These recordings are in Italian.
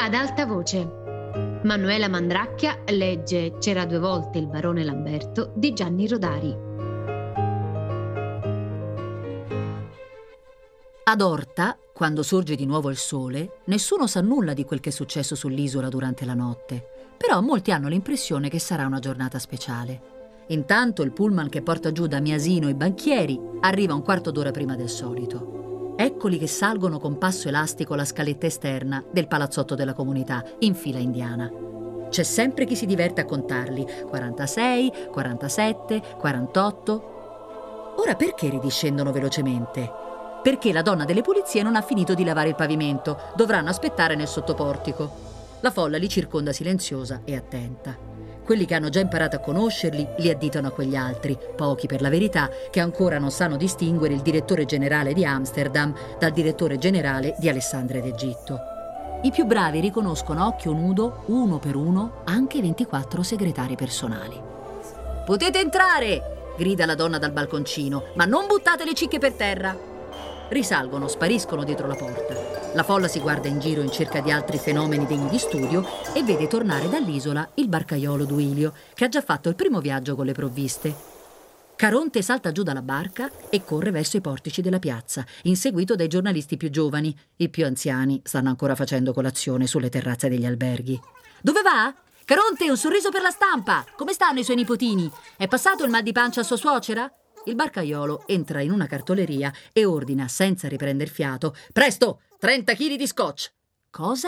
Ad alta voce. Manuela Mandracchia legge C'era due volte il barone Lamberto di Gianni Rodari. Ad Orta, quando sorge di nuovo il sole, nessuno sa nulla di quel che è successo sull'isola durante la notte, però molti hanno l'impressione che sarà una giornata speciale. Intanto il pullman che porta giù da Miasino i banchieri arriva un quarto d'ora prima del solito. Eccoli che salgono con passo elastico la scaletta esterna del palazzotto della comunità, in fila indiana. C'è sempre chi si diverte a contarli: 46, 47, 48. Ora perché ridiscendono velocemente? Perché la donna delle pulizie non ha finito di lavare il pavimento, dovranno aspettare nel sottoportico. La folla li circonda silenziosa e attenta. Quelli che hanno già imparato a conoscerli li additano a quegli altri, pochi per la verità, che ancora non sanno distinguere il direttore generale di Amsterdam dal direttore generale di Alessandria d'Egitto. I più bravi riconoscono a occhio nudo, uno per uno, anche 24 segretari personali. «Potete entrare!» grida la donna dal balconcino, «ma non buttate le cicche per terra!» Risalgono, spariscono dietro la porta. La folla si guarda in giro in cerca di altri fenomeni degni di studio e vede tornare dall'isola il barcaiolo Duilio, che ha già fatto il primo viaggio con le provviste. Caronte salta giù dalla barca e corre verso i portici della piazza, inseguito dai giornalisti più giovani. I più anziani stanno ancora facendo colazione sulle terrazze degli alberghi. «Dove va? Caronte, un sorriso per la stampa! Come stanno i suoi nipotini? È passato il mal di pancia a sua suocera?» Il barcaiolo entra in una cartoleria e ordina, senza riprender fiato: «Presto! 30 kg di scotch!» «Cosa?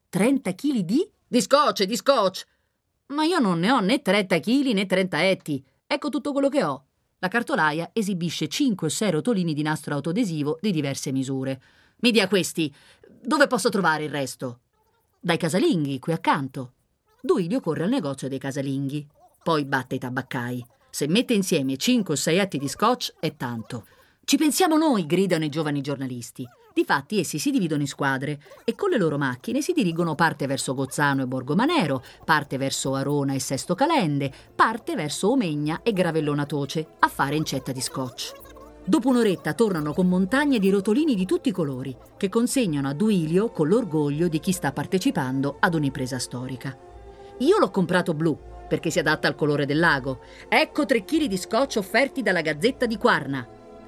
30 kg di?» Di scotch! «Ma io non ne ho né 30 kg né 30 etti. Ecco tutto quello che ho». La cartolaia esibisce 5 o 6 rotolini di nastro autoadesivo di diverse misure. «Mi dia questi. Dove posso trovare il resto?» «Dai casalinghi, qui accanto». Duilio corre al negozio dei casalinghi. Poi batte i tabaccai. Se mette insieme 5 o 6 etti di scotch è tanto. «Ci pensiamo noi!» gridano i giovani giornalisti. Difatti essi si dividono in squadre e con le loro macchine si dirigono parte verso Gozzano e Borgomanero, parte verso Arona e Sesto Calende, parte verso Omegna e Gravellona Toce a fare incetta di scotch. Dopo un'oretta tornano con montagne di rotolini di tutti i colori che consegnano a Duilio con l'orgoglio di chi sta partecipando ad un'impresa storica. «Io l'ho comprato blu perché si adatta al colore del lago. Ecco 3 kg di scotch offerti dalla Gazzetta di Quarna.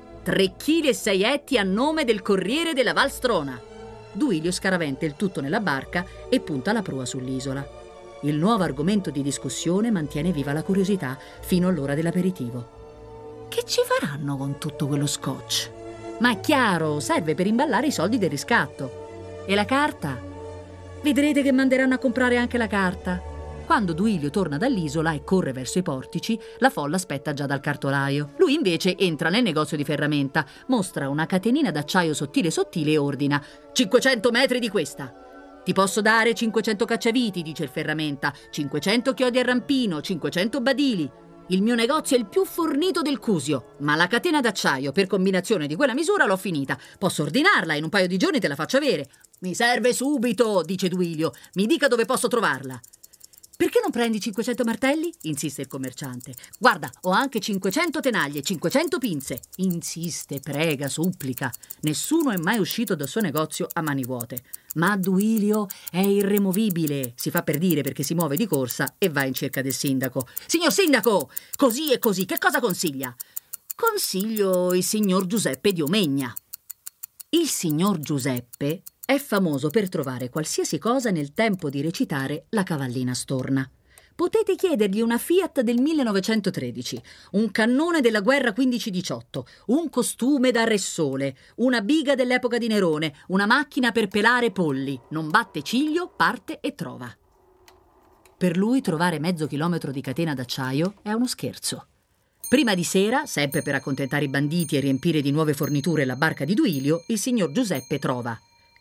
3 kg e 6 etti a nome del Corriere della Valstrona». Duilio scaraventa il tutto nella barca e punta la prua sull'isola. Il nuovo argomento di discussione mantiene viva la curiosità fino all'ora dell'aperitivo. Che ci faranno con tutto quello scotch? Ma è chiaro, serve per imballare i soldi del riscatto. E la carta? Vedrete che manderanno a comprare anche la carta. Quando Duilio torna dall'isola e corre verso i portici, la folla aspetta già dal cartolaio. Lui invece entra nel negozio di ferramenta, mostra una catenina d'acciaio sottile e ordina: «500 metri di questa». «Ti posso dare 500 cacciaviti», dice il ferramenta, «500 chiodi a rampino, 500 badili. Il mio negozio è il più fornito del Cusio, ma la catena d'acciaio per combinazione di quella misura l'ho finita. Posso ordinarla, in un paio di giorni te la faccio avere». «Mi serve subito», dice Duilio, «mi dica dove posso trovarla». «Perché non prendi 500 martelli?» insiste il commerciante. «Guarda, ho anche 500 tenaglie, 500 pinze». Insiste, prega, supplica. Nessuno è mai uscito dal suo negozio a mani vuote. Ma Duilio è irremovibile. Si fa per dire perché si muove di corsa e va in cerca del sindaco. «Signor sindaco, così e così, che cosa consiglia?» «Consiglio il signor Giuseppe di Omegna». Il signor Giuseppe è famoso per trovare qualsiasi cosa nel tempo di recitare La cavallina storna. Potete chiedergli una Fiat del 1913, un cannone della guerra 15-18, un costume da Re Sole, una biga dell'epoca di Nerone, una macchina per pelare polli. Non batte ciglio, parte e trova. Per lui trovare mezzo chilometro di catena d'acciaio è uno scherzo. Prima di sera, sempre per accontentare i banditi e riempire di nuove forniture la barca di Duilio, il signor Giuseppe trova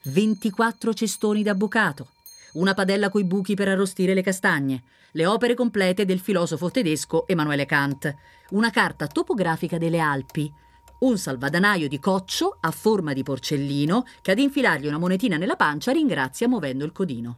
24 cestoni da bucato, una padella coi buchi per arrostire le castagne, le opere complete del filosofo tedesco Emanuele Kant, una carta topografica delle Alpi, un salvadanaio di coccio a forma di porcellino che ad infilargli una monetina nella pancia ringrazia muovendo il codino.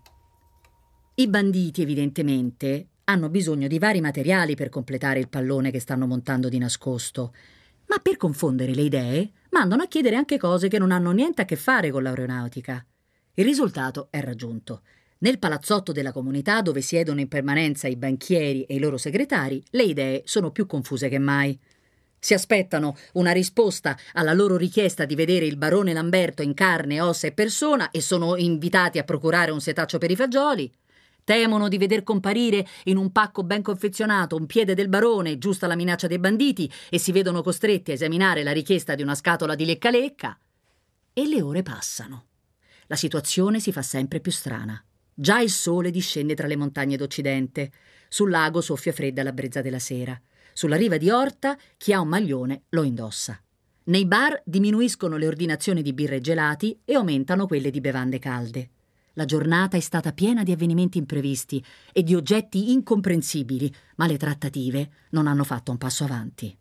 I banditi, evidentemente, hanno bisogno di vari materiali per completare il pallone che stanno montando di nascosto, ma per confondere le idee mandano a chiedere anche cose che non hanno niente a che fare con l'aeronautica. Il risultato è raggiunto. Nel palazzotto della comunità, dove siedono in permanenza i banchieri e i loro segretari, le idee sono più confuse che mai. Si aspettano una risposta alla loro richiesta di vedere il barone Lamberto in carne, ossa e persona e sono invitati a procurare un setaccio per i fagioli. Temono di veder comparire in un pacco ben confezionato un piede del barone, giusta la minaccia dei banditi, e si vedono costretti a esaminare la richiesta di una scatola di lecca-lecca. E le ore passano. La situazione si fa sempre più strana. Già il sole discende tra le montagne d'Occidente. Sul lago soffia fredda la brezza della sera. Sulla riva di Orta chi ha un maglione lo indossa. Nei bar diminuiscono le ordinazioni di birre e gelati e aumentano quelle di bevande calde. La giornata è stata piena di avvenimenti imprevisti e di oggetti incomprensibili, ma le trattative non hanno fatto un passo avanti.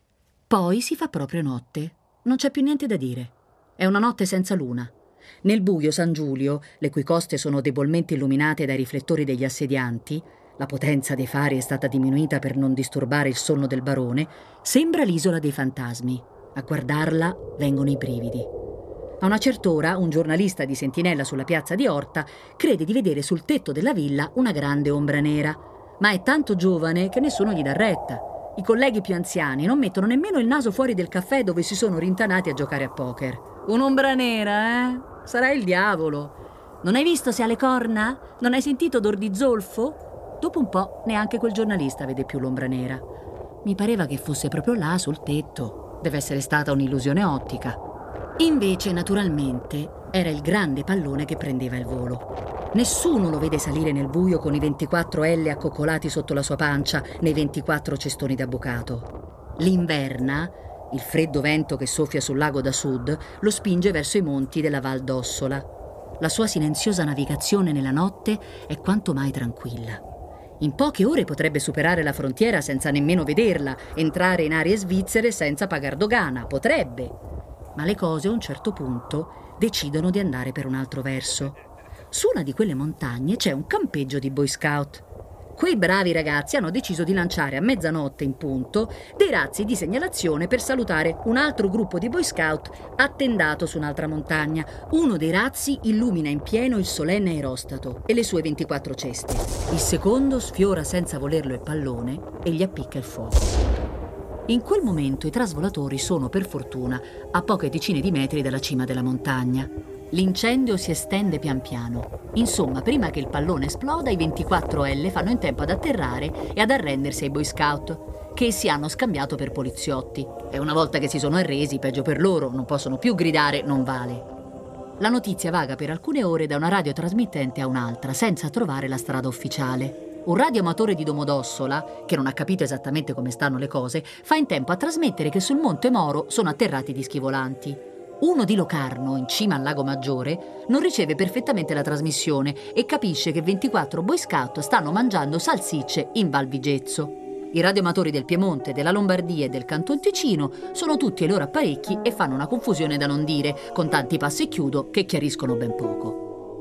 Poi si fa proprio notte. Non c'è più niente da dire. È una notte senza luna. Nel buio San Giulio, le cui coste sono debolmente illuminate dai riflettori degli assedianti, la potenza dei fari è stata diminuita per non disturbare il sonno del barone, sembra l'isola dei fantasmi. A guardarla vengono i brividi. A una certa ora, un giornalista di sentinella sulla piazza di Orta crede di vedere sul tetto della villa una grande ombra nera, ma è tanto giovane che nessuno gli dà retta. I colleghi più anziani non mettono nemmeno il naso fuori del caffè dove si sono rintanati a giocare a poker. Un'ombra nera, eh? Sarà il diavolo. Non hai visto se ha le corna? Non hai sentito odor di zolfo? Dopo un po' neanche quel giornalista vede più l'ombra nera. Mi pareva che fosse proprio là sul tetto. Deve essere stata un'illusione ottica. Invece, naturalmente, era il grande pallone che prendeva il volo. Nessuno lo vede salire nel buio con i 24 L accoccolati sotto la sua pancia nei 24 cestoni da bucato. L'inverna, il freddo vento che soffia sul lago da sud, lo spinge verso i monti della Val d'Ossola. La sua silenziosa navigazione nella notte è quanto mai tranquilla. In poche ore potrebbe superare la frontiera senza nemmeno vederla, entrare in aree svizzere senza pagar dogana, potrebbe. Ma le cose a un certo punto decidono di andare per un altro verso. Su una di quelle montagne c'è un campeggio di Boy Scout. Quei bravi ragazzi hanno deciso di lanciare a mezzanotte in punto dei razzi di segnalazione per salutare un altro gruppo di Boy Scout attendato su un'altra montagna. Uno dei razzi illumina in pieno il solenne aerostato e le sue 24 ceste. Il secondo sfiora senza volerlo il pallone e gli appicca il fuoco. In quel momento i trasvolatori sono, per fortuna, a poche decine di metri dalla cima della montagna. L'incendio si estende pian piano. Insomma, prima che il pallone esploda, i 24 L fanno in tempo ad atterrare e ad arrendersi ai Boy Scout, che si hanno scambiato per poliziotti. E una volta che si sono arresi, peggio per loro, non possono più gridare «non vale». La notizia vaga per alcune ore da una radiotrasmittente a un'altra, senza trovare la strada ufficiale. Un radioamatore di Domodossola, che non ha capito esattamente come stanno le cose, fa in tempo a trasmettere che sul Monte Moro sono atterrati dischi volanti. Uno di Locarno, in cima al Lago Maggiore, non riceve perfettamente la trasmissione e capisce che 24 Boy Scout stanno mangiando salsicce in Val Vigezzo. I radioamatori del Piemonte, della Lombardia e del Canton Ticino sono tutti ai loro apparecchi e fanno una confusione da non dire, con tanti passi e chiudo che chiariscono ben poco.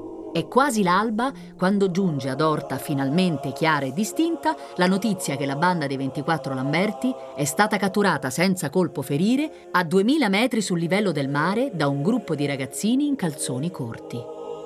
È quasi l'alba quando giunge ad Orta, finalmente chiara e distinta, la notizia che la banda dei 24 Lamberti è stata catturata senza colpo ferire a 2000 metri sul livello del mare da un gruppo di ragazzini in calzoni corti.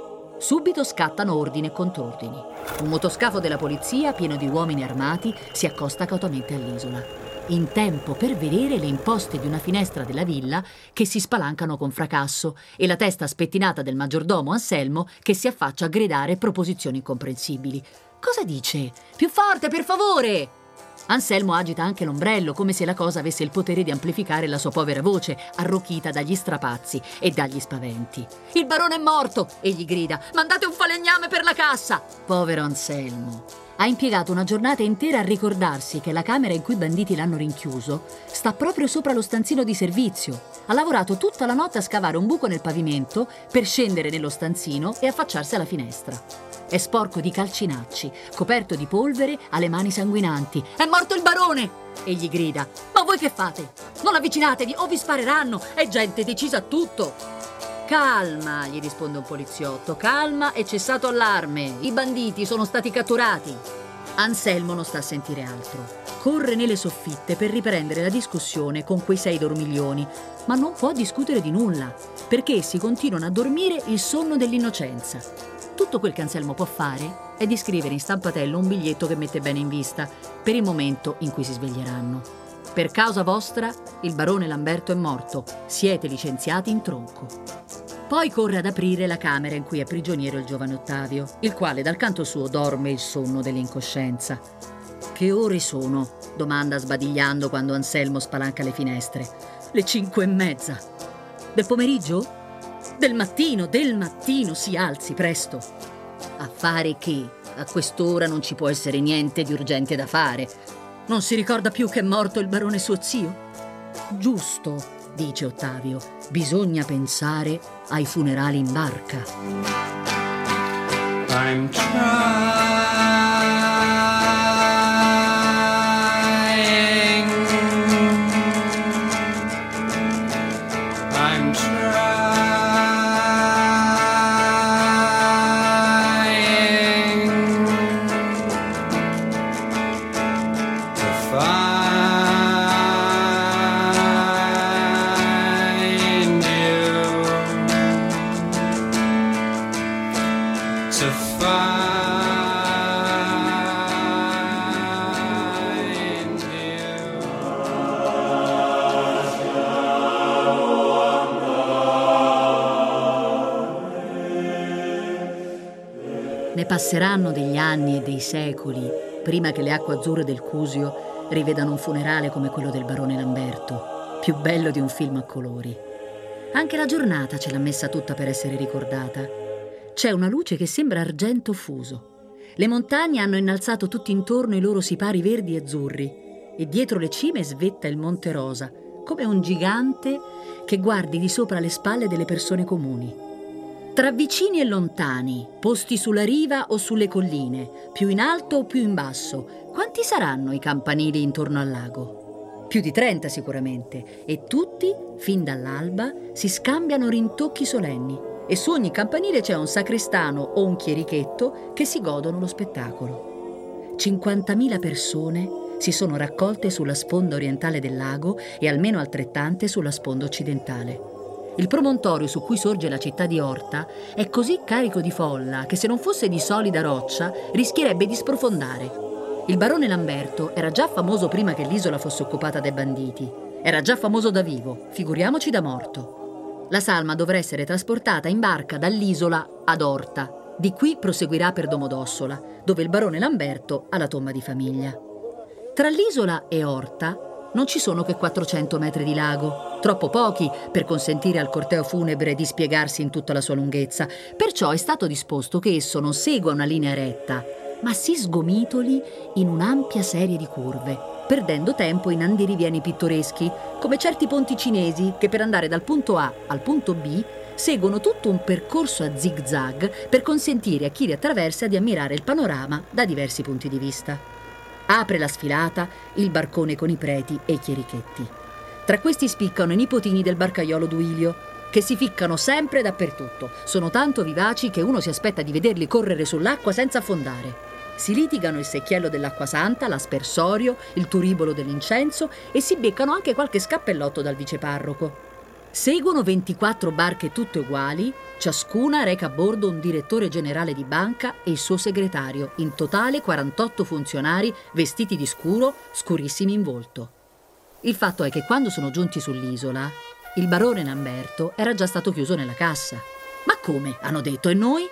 Subito scattano ordini e contrordini. Un motoscafo della polizia, pieno di uomini armati, si accosta cautamente all'isola. In tempo per vedere le imposte di una finestra della villa che si spalancano con fracasso e la testa spettinata del maggiordomo Anselmo che si affaccia a gridare proposizioni incomprensibili. Cosa dice? Più forte, per favore! Anselmo agita anche l'ombrello, come se la cosa avesse il potere di amplificare la sua povera voce, arrocchita dagli strapazzi e dagli spaventi. «Il barone è morto!» egli grida. «Mandate un falegname per la cassa!» Povero Anselmo. Ha impiegato una giornata intera a ricordarsi che la camera in cui i banditi l'hanno rinchiuso sta proprio sopra lo stanzino di servizio. Ha lavorato tutta la notte a scavare un buco nel pavimento per scendere nello stanzino e affacciarsi alla finestra. È sporco di calcinacci, coperto di polvere, ha le mani sanguinanti. «È morto il barone!» egli grida. «Ma voi che fate? Non avvicinatevi o vi spareranno! È gente decisa a tutto!» «Calma», gli risponde un poliziotto, «calma, è cessato allarme, i banditi sono stati catturati». Anselmo non sta a sentire altro. Corre nelle soffitte per riprendere la discussione con quei 6 dormiglioni, ma non può discutere di nulla, perché essi continuano a dormire il sonno dell'innocenza. tutto quel che Anselmo può fare è di scrivere in stampatello un biglietto che mette bene in vista per il momento in cui si sveglieranno. Per causa vostra, il barone Lamberto è morto. Siete licenziati in tronco. Poi corre ad aprire la camera in cui è prigioniero il giovane Ottavio, il quale dal canto suo dorme il sonno dell'incoscienza. «Che ore sono?» domanda sbadigliando quando Anselmo spalanca le finestre. «Le 5:30. Del pomeriggio? Del mattino, si alzi presto!» «A fare che? A quest'ora non ci può essere niente di urgente da fare. Non si ricorda più che è morto il barone suo zio?» «Giusto», dice Ottavio, «bisogna pensare ai funerali in barca». I'm trying. Ne passeranno degli anni e dei secoli prima che le acque azzurre del Cusio rivedano un funerale come quello del barone Lamberto, più bello di un film a colori. Anche la giornata ce l'ha messa tutta per essere ricordata. C'è una luce che sembra argento fuso. Le montagne hanno innalzato tutti intorno i loro sipari verdi e azzurri e dietro le cime svetta il Monte Rosa, come un gigante che guardi di sopra le spalle delle persone comuni. Tra vicini e lontani, posti sulla riva o sulle colline, più in alto o più in basso, quanti saranno i campanili intorno al lago? Più di 30 sicuramente, e tutti, fin dall'alba, si scambiano rintocchi solenni e su ogni campanile c'è un sacrestano o un chierichetto che si godono lo spettacolo. 50.000 persone si sono raccolte sulla sponda orientale del lago e almeno altrettante sulla sponda occidentale. Il promontorio su cui sorge la città di Orta è così carico di folla che se non fosse di solida roccia rischierebbe di sprofondare. Il barone Lamberto era già famoso prima che l'isola fosse occupata dai banditi. Era già famoso da vivo, figuriamoci da morto. La salma dovrà essere trasportata in barca dall'isola ad Orta. Di qui proseguirà per Domodossola, dove il barone Lamberto ha la tomba di famiglia. Tra l'isola e Orta non ci sono che 400 metri di lago, troppo pochi per consentire al corteo funebre di spiegarsi in tutta la sua lunghezza. Perciò è stato disposto che esso non segua una linea retta, ma si sgomitoli in un'ampia serie di curve, perdendo tempo in andirivieni pittoreschi, come certi ponti cinesi che per andare dal punto A al punto B seguono tutto un percorso a zig-zag per consentire a chi li attraversa di ammirare il panorama da diversi punti di vista. Apre la sfilata il barcone con i preti e i chierichetti. Tra questi spiccano i nipotini del barcaiolo Duilio, che si ficcano sempre dappertutto. Sono tanto vivaci che uno si aspetta di vederli correre sull'acqua senza affondare. Si litigano il secchiello dell'acqua santa, l'aspersorio, il turibolo dell'incenso e si beccano anche qualche scappellotto dal viceparroco. Seguono 24 barche tutte uguali, ciascuna reca a bordo un direttore generale di banca e il suo segretario, in totale 48 funzionari vestiti di scuro, scurissimi in volto. Il fatto è che quando sono giunti sull'isola, il barone Lamberto era già stato chiuso nella cassa. «Ma come?» hanno detto, «e noi?»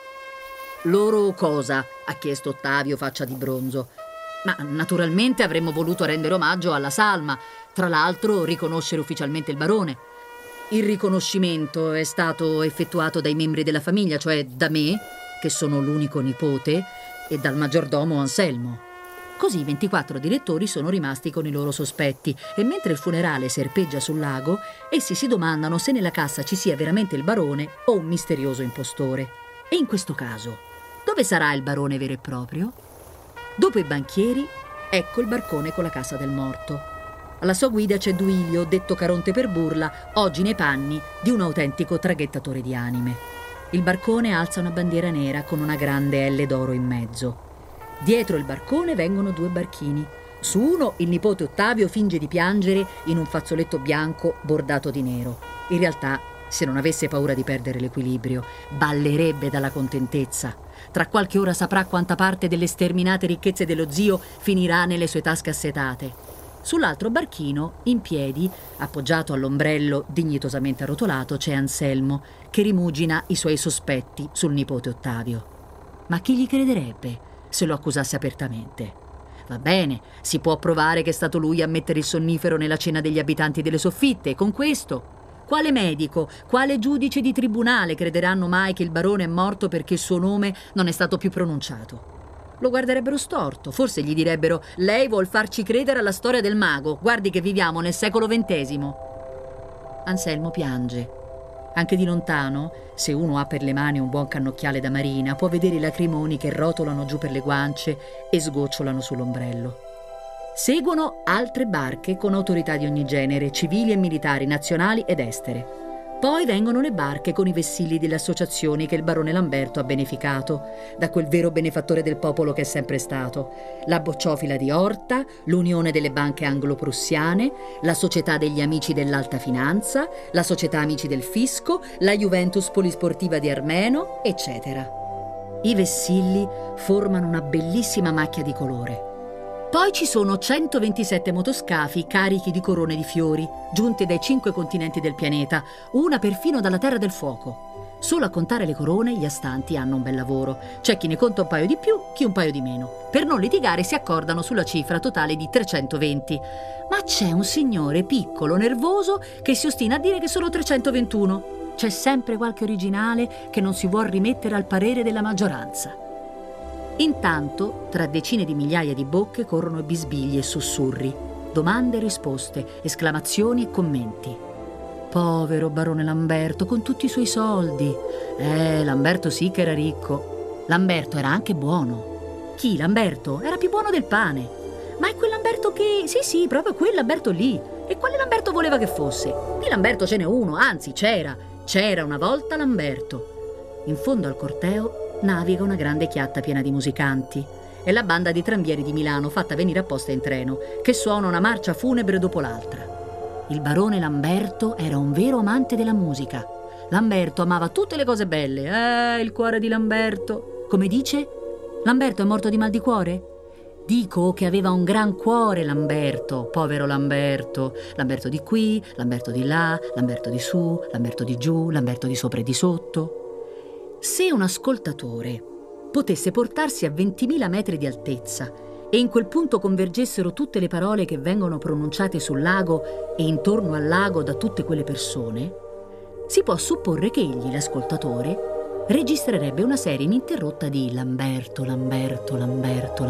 «Loro cosa?» ha chiesto Ottavio, faccia di bronzo. «Ma naturalmente avremmo voluto rendere omaggio alla salma, tra l'altro riconoscere ufficialmente il barone. Il riconoscimento è stato effettuato dai membri della famiglia, cioè da me, che sono l'unico nipote, e dal maggiordomo Anselmo». Così i 24 direttori sono rimasti con i loro sospetti e mentre il funerale serpeggia sul lago, essi si domandano se nella cassa ci sia veramente il barone o un misterioso impostore. E in questo caso, dove sarà il barone vero e proprio? Dopo i banchieri, ecco il barcone con la cassa del morto. Alla sua guida c'è Duilio, detto Caronte per burla, oggi nei panni di un autentico traghettatore di anime. Il barcone alza una bandiera nera con una grande L d'oro in mezzo. Dietro il barcone vengono 2 barchini. Su uno il nipote Ottavio finge di piangere in un fazzoletto bianco bordato di nero. In realtà, se non avesse paura di perdere l'equilibrio, ballerebbe dalla contentezza. Tra qualche ora saprà quanta parte delle sterminate ricchezze dello zio finirà nelle sue tasche assetate. Sull'altro barchino, in piedi, appoggiato all'ombrello dignitosamente arrotolato, c'è Anselmo, che rimugina i suoi sospetti sul nipote Ottavio. Ma chi gli crederebbe se lo accusasse apertamente? Va bene, si può provare che è stato lui a mettere il sonnifero nella cena degli abitanti delle soffitte, e con questo quale medico, quale giudice di tribunale crederanno mai che il barone è morto perché il suo nome non è stato più pronunciato? Lo guarderebbero storto, forse gli direbbero: lei vuol farci credere alla storia del mago, guardi che viviamo nel secolo XX. Anselmo piange. Anche di lontano, se uno ha per le mani un buon cannocchiale da marina, può vedere i lacrimoni che rotolano giù per le guance e sgocciolano sull'ombrello. Seguono altre barche con autorità di ogni genere, civili e militari, nazionali ed estere. Poi vengono le barche con i vessilli delle associazioni che il barone Lamberto ha beneficato, da quel vero benefattore del popolo che è sempre stato: la Bocciofila di Orta, l'Unione delle Banche Anglo-Prussiane, la Società degli Amici dell'Alta Finanza, la Società Amici del Fisco, la Juventus Polisportiva di Armeno, eccetera. I vessilli formano una bellissima macchia di colore. Poi ci sono 127 motoscafi carichi di corone di fiori, giunte dai 5 continenti del pianeta, una perfino dalla Terra del Fuoco. Solo a contare le corone gli astanti hanno un bel lavoro. C'è chi ne conta un paio di più, chi un paio di meno. Per non litigare si accordano sulla cifra totale di 320. Ma c'è un signore piccolo, nervoso, che si ostina a dire che sono 321. C'è sempre qualche originale che non si vuol rimettere al parere della maggioranza. Intanto, tra decine di migliaia di bocche corrono bisbigli e sussurri, domande e risposte, esclamazioni e commenti. Povero barone Lamberto, con tutti i suoi soldi. Lamberto sì che era ricco. Lamberto era anche buono. Chi, Lamberto? Era più buono del pane. Ma è quel Lamberto che... Sì, proprio quel Lamberto lì. E quale Lamberto voleva che fosse? Di Lamberto ce n'è uno, anzi c'era una volta Lamberto. In fondo al corteo naviga una grande chiatta piena di musicanti. È la banda di tranvieri di Milano, fatta venire apposta in treno, che suona una marcia funebre dopo l'altra. Il barone Lamberto era un vero amante della musica. Lamberto amava tutte le cose belle. Il cuore di Lamberto. Come dice? Lamberto è morto di mal di cuore? Dico che aveva un gran cuore Lamberto, povero Lamberto. Lamberto di qui, Lamberto di là, Lamberto di su, Lamberto di giù, Lamberto di sopra e di sotto. Se un ascoltatore potesse portarsi a 20.000 metri di altezza e in quel punto convergessero tutte le parole che vengono pronunciate sul lago e intorno al lago da tutte quelle persone, si può supporre che egli, l'ascoltatore, registrerebbe una serie ininterrotta di Lamberto, Lamberto, Lamberto,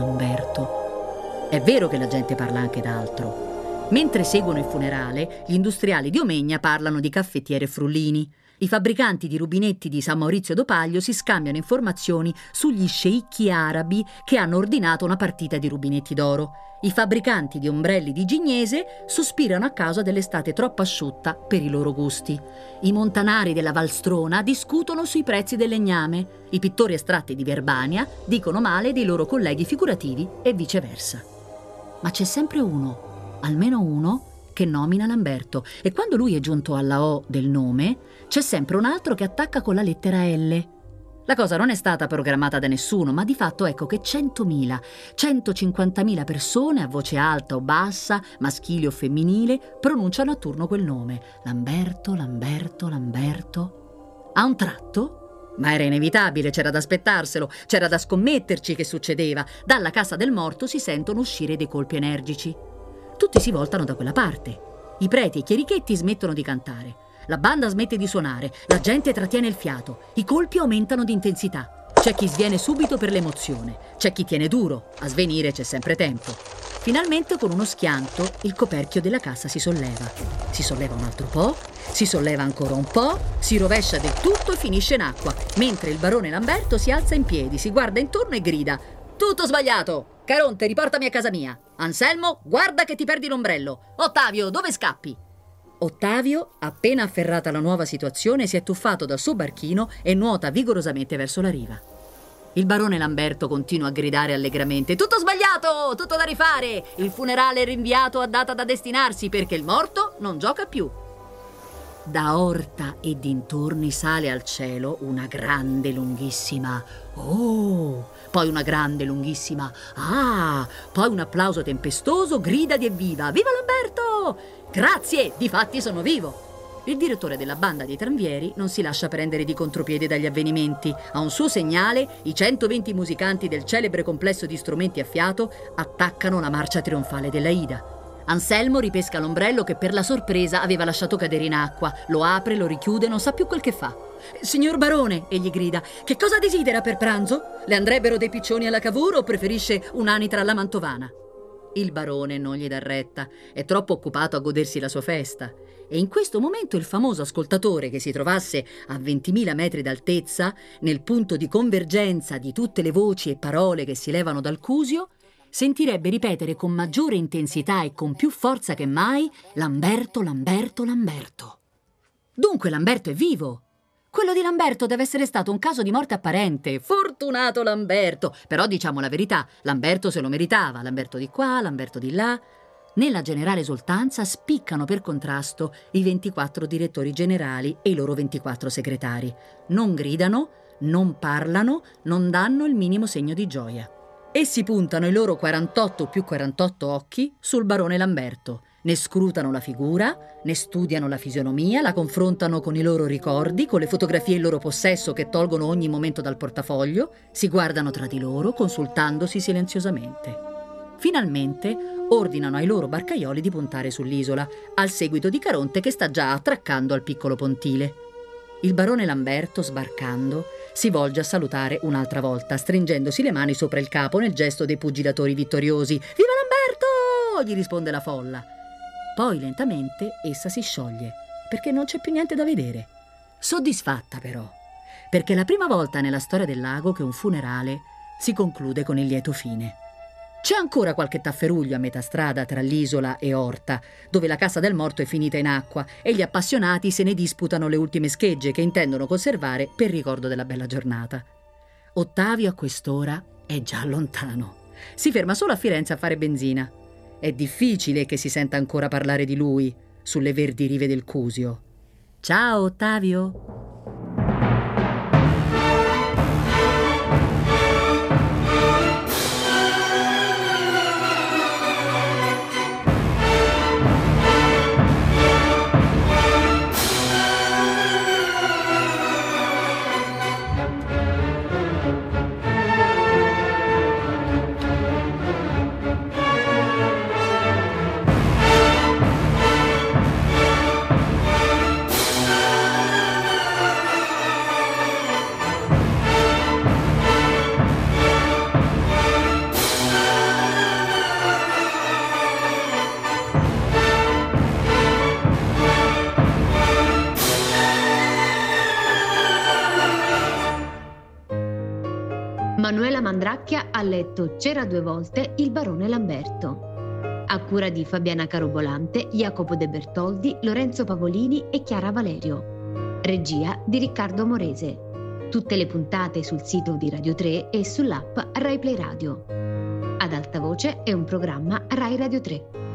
Lamberto. È vero che la gente parla anche d'altro. Mentre seguono il funerale, gli industriali di Omegna parlano di caffettiere e frullini. I fabbricanti di rubinetti di San Maurizio d'Opaglio si scambiano informazioni sugli sceicchi arabi che hanno ordinato una partita di rubinetti d'oro. I fabbricanti di ombrelli di Gignese sospirano a causa dell'estate troppo asciutta per i loro gusti. I montanari della Valstrona discutono sui prezzi del legname. I pittori astratti di Verbania dicono male dei loro colleghi figurativi e viceversa. Ma c'è sempre uno, almeno uno, che nomina Lamberto, e quando lui è giunto alla O del nome, c'è sempre un altro che attacca con la lettera L. La cosa non è stata programmata da nessuno, ma di fatto ecco che 100.000, 150.000 persone, a voce alta o bassa, maschile o femminile, pronunciano a turno quel nome. Lamberto, Lamberto, Lamberto. A un tratto, ma era inevitabile, c'era da aspettarselo, c'era da scommetterci che succedeva, dalla casa del morto si sentono uscire dei colpi energici. Tutti si voltano da quella parte. I preti e i chierichetti smettono di cantare. La banda smette di suonare. La gente trattiene il fiato. I colpi aumentano di intensità. C'è chi sviene subito per l'emozione. C'è chi tiene duro. A svenire c'è sempre tempo. Finalmente, con uno schianto, il coperchio della cassa si solleva. Si solleva un altro po', si solleva ancora un po', si rovescia del tutto e finisce in acqua, mentre il barone Lamberto si alza in piedi, si guarda intorno e grida: «Tutto sbagliato! Caronte, riportami a casa mia! Anselmo, guarda che ti perdi l'ombrello! Ottavio, dove scappi?» Ottavio, appena afferrata la nuova situazione, si è tuffato dal suo barchino e nuota vigorosamente verso la riva. Il barone Lamberto continua a gridare allegramente: «Tutto sbagliato! Tutto da rifare! Il funerale è rinviato a data da destinarsi perché il morto non gioca più!» Da Orta e dintorni sale al cielo una grande lunghissima "oh", poi una grande lunghissima "ah", poi un applauso tempestoso, grida di evviva: "Viva Lamberto! Grazie, difatti sono vivo!" Il direttore della banda dei tranvieri non si lascia prendere di contropiede dagli avvenimenti. A un suo segnale, i 120 musicanti del celebre complesso di strumenti a fiato attaccano la marcia trionfale dell'Aida. Anselmo ripesca l'ombrello che per la sorpresa aveva lasciato cadere in acqua, lo apre, lo richiude, non sa più quel che fa. «Signor barone», egli grida, «che cosa desidera per pranzo? Le andrebbero dei piccioni alla Cavour o preferisce un'anitra alla mantovana?» Il barone non gli dà retta, è troppo occupato a godersi la sua festa. E in questo momento il famoso ascoltatore, che si trovasse a 20.000 metri d'altezza, nel punto di convergenza di tutte le voci e parole che si levano dal Cusio, sentirebbe ripetere con maggiore intensità e con più forza che mai: «Lamberto, Lamberto, Lamberto». Dunque Lamberto è vivo. Quello di Lamberto deve essere stato un caso di morte apparente. Fortunato Lamberto! Però diciamo la verità, Lamberto se lo meritava. Lamberto di qua, Lamberto di là. Nella generale esultanza spiccano per contrasto i 24 direttori generali e i loro 24 segretari. Non gridano, non parlano, non danno il minimo segno di gioia. Essi puntano i loro 48 più 48 occhi sul barone Lamberto, ne scrutano la figura, ne studiano la fisionomia, la confrontano con i loro ricordi, con le fotografie in loro possesso che tolgono ogni momento dal portafoglio, si guardano tra di loro, consultandosi silenziosamente. Finalmente ordinano ai loro barcaioli di puntare sull'isola, al seguito di Caronte che sta già attraccando al piccolo pontile. Il barone Lamberto, sbarcando, si volge a salutare un'altra volta, stringendosi le mani sopra il capo nel gesto dei pugilatori vittoriosi. «Viva Lamberto!» gli risponde la folla. Poi lentamente essa si scioglie, perché non c'è più niente da vedere. Soddisfatta però, perché è la prima volta nella storia del lago che un funerale si conclude con il lieto fine. C'è ancora qualche tafferuglio a metà strada tra l'isola e Orta, dove la cassa del morto è finita in acqua e gli appassionati se ne disputano le ultime schegge che intendono conservare per ricordo della bella giornata. Ottavio a quest'ora è già lontano. Si ferma solo a Firenze a fare benzina. È difficile che si senta ancora parlare di lui sulle verdi rive del Cusio. Ciao Ottavio! Manuela Mandracchia ha letto C'era due volte il barone Lamberto. A cura di Fabiana Carobolante, Jacopo De Bertoldi, Lorenzo Pavolini e Chiara Valerio. Regia di Riccardo Morese. Tutte le puntate sul sito di Radio 3 e sull'app Rai Play Radio. Ad alta voce è un programma Rai Radio 3.